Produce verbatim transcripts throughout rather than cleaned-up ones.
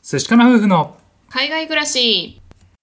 寿司かな夫婦の海外暮らし。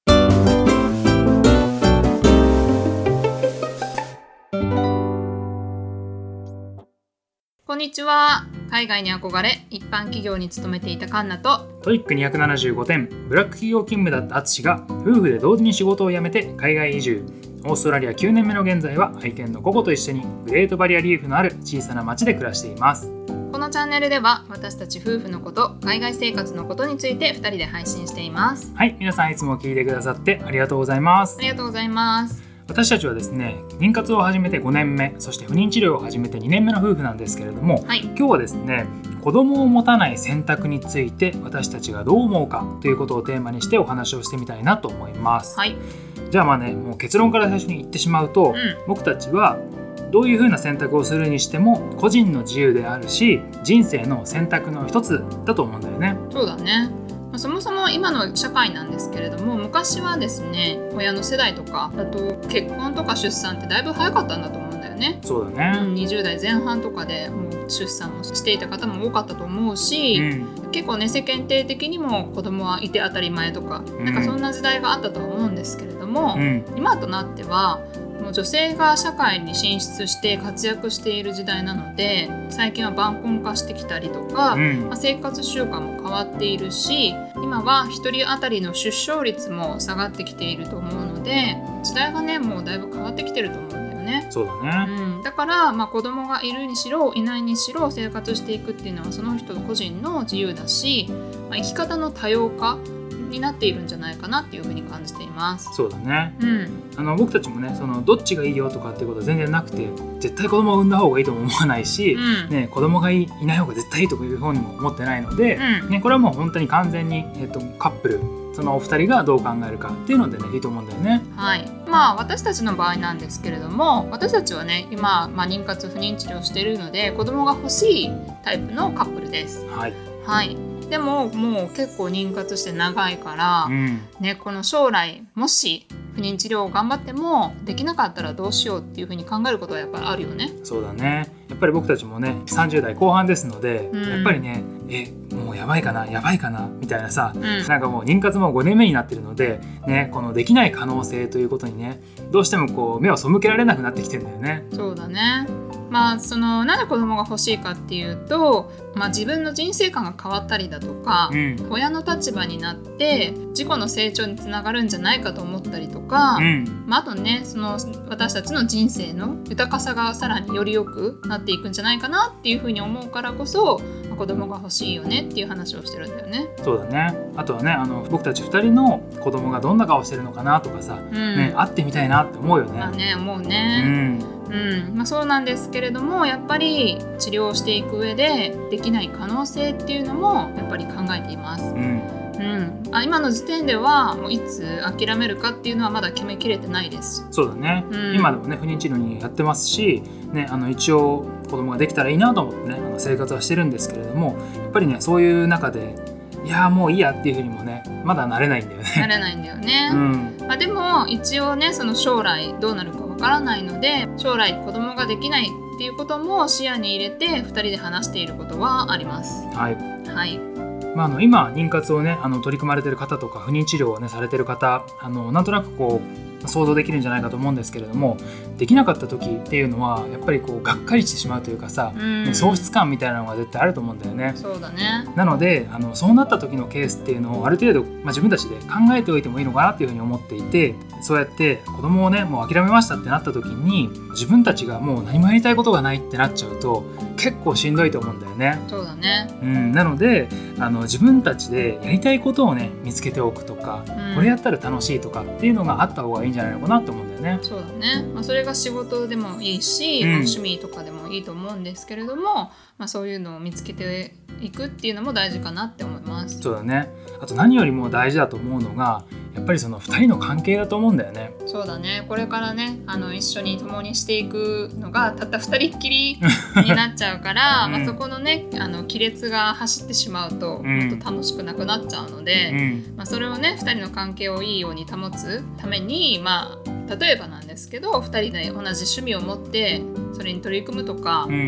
こんにちは。海外に憧れ一般企業に勤めていたカンナと、 トイックにひゃくななじゅうごてんブラック企業勤務だったアツシが夫婦で同時に仕事を辞めて海外移住。オーストラリアきゅうねんめの現在は愛犬のココと一緒にグレートバリアリーフのある小さな町で暮らしています。 このチャンネルでは私たち夫婦のこと、海外生活のことについてふたりで配信しています。 はい、皆さんいつも聞いてくださってありがとうございます。 ありがとうございます。 私たちはですね、妊活を始めてごねんめ、そして不妊治療を始めてにねんめの夫婦なんですけれども、 はい、 今日はですね、子供を持たない選択について私たちがどう思うかということをテーマにしてお話をしてみたいなと思います。 はい、 じゃあまあね、もう結論から最初に言ってしまうと、 うん、 僕たちはどういうふうな選択をするにしても個人の自由であるし、人生の選択の一つだと思うんだよね。 そうだね。そもそも今の社会なんですけれども、昔はですね、親の世代とかあと結婚とか出産ってだいぶ早かったんだと思うんだよね。 そうだね、 うん、にじゅう代前半とかでもう出産をしていた方も多かったと思うし、うん、結構ね、世間体的にも子供はいて当たり前とか、うん、なんかそんな時代があったとは思うんですけれども、うん、今となってはもう女性が社会に進出して活躍している時代なので、最近は晩婚化してきたりとか、うんまあ、生活習慣も変わっているし、今はひとり当たりの出生率も下がってきていると思うので、時代がね、もうだいぶ変わってきてると思うんだよね。 そうだね、 うん、だから、まあ、子供がいるにしろいないにしろ生活していくっていうのはその人個人の自由だし、まあ、生き方の多様化になっているんじゃないかなっていうふうに感じています。 そうだね、 うん、 あの僕たちもね、そのどっちがいいよとかっていうことは全然なくて、絶対子供を産んだ方がいいとも思わないし、うんね、子供が い, いない方が絶対いいというふうにも思ってないので、うんね、これはもう本当に完全に、えーと、カップル、そのお二人がどう考えるかっていうのでね、いいと思うんだよね。 はい、まあ私たちの場合なんですけれども、私たちはね今、まあ、妊活不妊治療しているので子供が欲しいタイプのカップルです。 はい、 はい、でももう結構妊活して長いから、うんね、この将来もし不妊治療を頑張ってもできなかったらどうしようっていうふうに考えることはやっぱりあるよね。 そうだね、やっぱり僕たちもねさんじゅう代後半ですので、うん、やっぱりね、えもうやばいかなやばいかなみたいなさ、うん、なんかもう妊活もごねんめになってるので、ね、このできない可能性ということにね、どうしてもこう目を背けられなくなってきてるんだよね。 そうだね。まあ、そのなんで子供が欲しいかっていうと、まあ、自分の人生観が変わったりだとか、うん、親の立場になって自己の成長につながるんじゃないかと思ったりとか、うんまあ、あとね、その私たちの人生の豊かさがさらにより良くなっていくんじゃないかなっていうふうに思うからこそ、まあ、子供が欲しいよねっていう話をしてるんだよね。 そうだね。あとはね、あの僕たちふたりの子供がどんな顔してるのかなとかさ、うんね、会ってみたいなって思うよね。 まあね、思うね。うんうんまあ、そうなんですけれども、やっぱり治療していく上でできない可能性っていうのもやっぱり考えています。うんうん、あ今の時点ではもういつ諦めるかっていうのはまだ決めきれてないです。 そうだね、うん、今でもね不妊治療にやってますし、ね、あの一応子供ができたらいいなと思ってね、あの生活はしてるんですけれども、やっぱりねそういう中でいやもういいやっていうふうにもねまだなれないんだよね。 なれないんだよね、うんまあ、でも一応ね、その将来どうなるかわからないので、将来子供ができないっていうことも視野に入れてふたりで話していることはあります。 はい、 はいまあ、あの今妊活をねあの取り組まれてる方とか不妊治療をねされてる方、あのなんとなくこう想像できるんじゃないかと思うんですけれども、できなかった時っていうのはやっぱりこうがっかりしてしまうというかさ、ね、喪失感みたいなのが絶対あると思うんだよね。 そうだね。 なのであのそうなった時のケースっていうのをある程度、まあ、自分たちで考えておいてもいいのかなっていうふうに思っていて、そうやって子供をねもう諦めましたってなった時に自分たちがもう何もやりたいことがないってなっちゃうと結構しんどいと思うんだよね。 そうだね、 うん、なのであの自分たちでやりたいことをね見つけておくとか、うん、これやったら楽しいとかっていうのがあった方がいいんじゃないのかなと思うんだよね。 そうだね、まあ、それが仕事でもいいし、うん、趣味とかでもいいと思うんですけれども、まあ、そういうのを見つけていくっていうのも大事かなって思います。 そうだね。あと何よりも大事だと思うのがやっぱりそのふたりの関係だと思うんだよね。 そうだね。これからねあの一緒に共にしていくのがたったふたりっきりになっちゃうから、うんまあ、そこのねあの亀裂が走ってしまうと、うん、もっと楽しくなくなっちゃうので、うんまあ、それをねふたりの関係をいいように保つために、まあ例えばなんですけどふたりで同じ趣味を持ってそれに取り組むとか、うん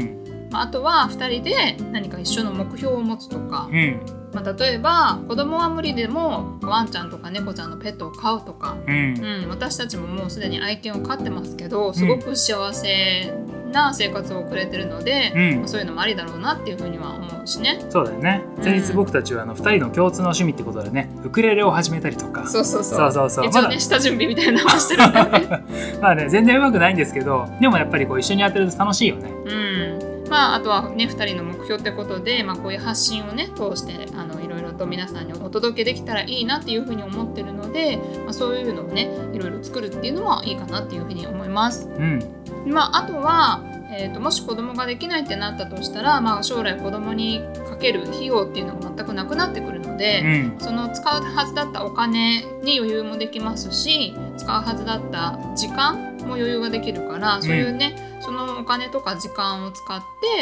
まあ、あとはふたりで何か一緒の目標を持つとか、 うんまあ、例えば子供は無理でもワンちゃんとか猫ちゃんのペットを飼うとか、 うんうん、私たちももうすでに愛犬を飼ってますけどすごく幸せな生活を送れてるので、うんまあ、そういうのもありだろうなっていうふうには思うしね。 そうだよね。先日僕たちはあのふたりの共通の趣味ってことでねウクレレを始めたりとかそうそうそうそうそうそう一応ね、ま、下準備みたいなのはしてるんだよねまあね全然うまくないんですけどでもやっぱりこう一緒にやってると楽しいよね。 うんまあ、あとはねふたりの目標ってことで、まあ、こういう発信をね通してあのいろいろと皆さんにお届けできたらいいなっていうふうに思ってるので、まあ、そういうのをねいろいろ作るっていうのはいいかなっていうふうに思います。 うんまあ、あとは、えーと、もし子供ができないってなったとしたら、まあ、将来子供にかける費用っていうのが全くなくなってくるので、うん、その使うはずだったお金に余裕もできますし使うはずだった時間も余裕ができるから、うん、そういうねそのお金とか時間を使って、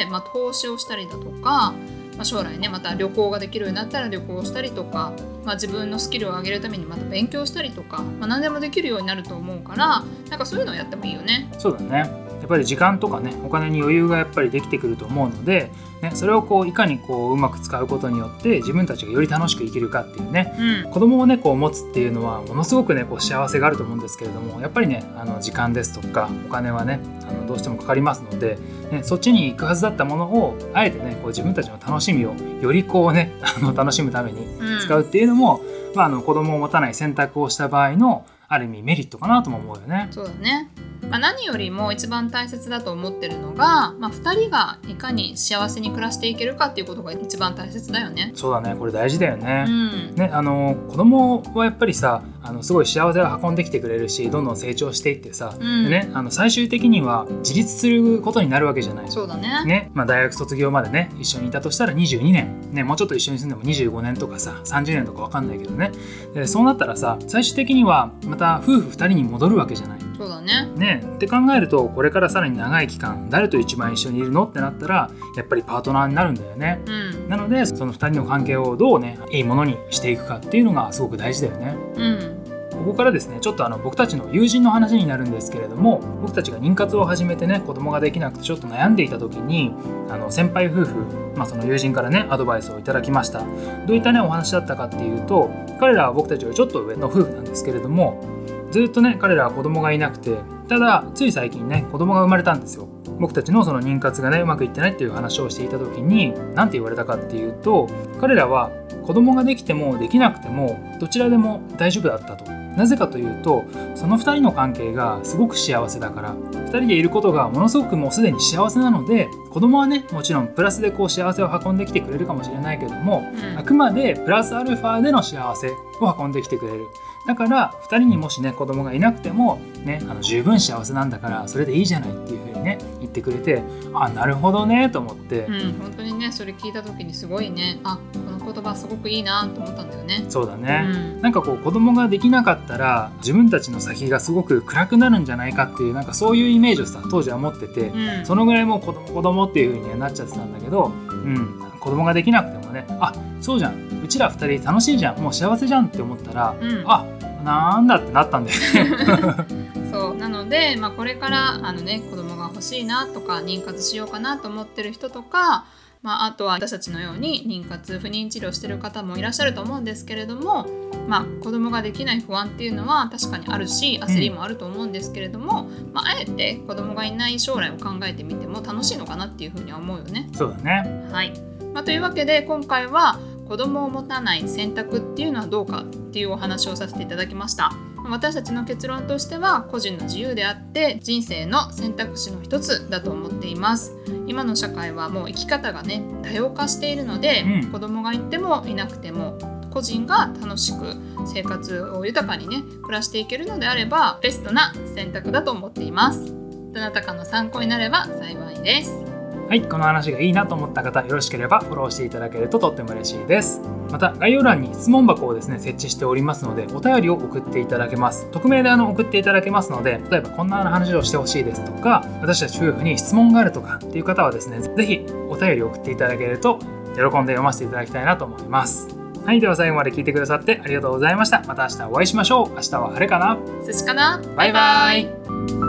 まあ、投資をしたりだとか、まあ、将来ねまた旅行ができるようになったら旅行をしたりとか、まあ、自分のスキルを上げるためにまた勉強したりとか、まあ、何でもできるようになると思うからなんかそういうのをやってもいいよね。 そうだね。やっぱり時間とかねお金に余裕がやっぱりできてくると思うので、ね、それをこういかにこううまく使うことによって自分たちがより楽しく生きるかっていうね、うん、子供をねこう持つっていうのはものすごくねこう幸せがあると思うんですけれどもやっぱりねあの時間ですとかお金はねあのどうしてもかかりますので、ね、そっちに行くはずだったものをあえてねこう自分たちの楽しみをよりこうねあの楽しむために使うっていうのも、うんまあ、あの子供を持たない選択をした場合のある意味メリットかなとも思うよね。 そうだね。まあ、何よりも一番大切だと思ってるのが、まあ、ふたりがいかに幸せに暮らしていけるかっていうことが一番大切だよね。 そうだねこれ大事だよね。 うん、 ねあの子供はやっぱりさあのすごい幸せを運んできてくれるしどんどん成長していってさ、うんでね、あの最終的には自立することになるわけじゃない。 そうだね。 ねまあ、大学卒業までね一緒にいたとしたらにじゅうにねん、ね、もうちょっと一緒に住んでもにじゅうごねんとかささんじゅうねんとか分かんないけどねでそうなったらさ最終的にはまた夫婦ふたりに戻るわけじゃない。 そうだね。 ねって考えるとこれからさらに長い期間誰と一番一緒にいるのってなったらやっぱりパートナーになるんだよね、うん、なのでそのふたりの関係をどうねいいものにしていくかっていうのがすごく大事だよね、 うん、 ここからですねちょっとあの僕たちの友人の話になるんですけれども僕たちが妊活を始めてね子供ができなくてちょっと悩んでいた時にあの先輩夫婦、まあ、その友人からねアドバイスをいただきました。どういったねお話だったかっていうと彼らは僕たちよりちょっと上の夫婦なんですけれどもずっとね彼らは子供がいなくてただつい最近ね子供が生まれたんですよ。僕たちのその妊活がねうまくいってないっていう話をしていた時に何て言われたかっていうと彼らは子供ができてもできなくてもどちらでも大丈夫だったと。なぜかというとそのふたりの関係がすごく幸せだからふたりでいることがものすごくもうすでに幸せなので子供はねもちろんプラスでこう幸せを運んできてくれるかもしれないけども、うん、あくまでプラスアルファでの幸せを運んできてくれる。だからふたりにもしね子供がいなくてもねあの十分幸せなんだからそれでいいじゃないっていう風にね言ってくれてあなるほどねと思って、 うん、本当にねそれ聞いた時にすごいねあこの言葉すごくいいなと思ったんだよね。 そうだね、うん、なんかこう子供ができなかったら自分たちの先がすごく暗くなるんじゃないかっていうなんかそういうイメージをさ当時は持ってて、うん、そのぐらいもう子供子供っていう風になっちゃってたんだけど、うん、子供ができなくてもねあそうじゃんうちらふたり楽しいじゃんもう幸せじゃんって思ったら、うん、あなんだってなったんだよねそうなので、まあ、これからあの、ね、子供が欲しいなとか妊活しようかなと思ってる人とか、まあ、あとは私たちのように妊活不妊治療してる方もいらっしゃると思うんですけれども、まあ、子供ができない不安っていうのは確かにあるし焦りもあると思うんですけれども、うんまあ、あえて子供がいない将来を考えてみても楽しいのかなっていうふうには思うよね。 そうだね、 はいまあ、というわけで今回は子供を持たない選択っていうのはどうかっていうお話をさせていただきました。私たちの結論としては個人の自由であって人生の選択肢の一つだと思っています。今の社会はもう生き方がね多様化しているので、うん、子供がいてもいなくても個人が楽しく生活を豊かにね暮らしていけるのであればベストな選択だと思っています。どなたかの参考になれば幸いです。 はい、この話がいいなと思った方よろしければフォローしていただけるととっても嬉しいです。また概要欄に質問箱をですね設置しておりますのでお便りを送っていただけます。匿名であの送っていただけますので例えばこんな話をしてほしいですとか私たち夫婦に質問があるとかっていう方はですねぜひお便りを送っていただけると喜んで読ませていただきたいなと思います。はい、では最後まで聞いてくださってありがとうございました。また明日お会いしましょう。明日は晴れかな？ 寿司かな？ バイバイ。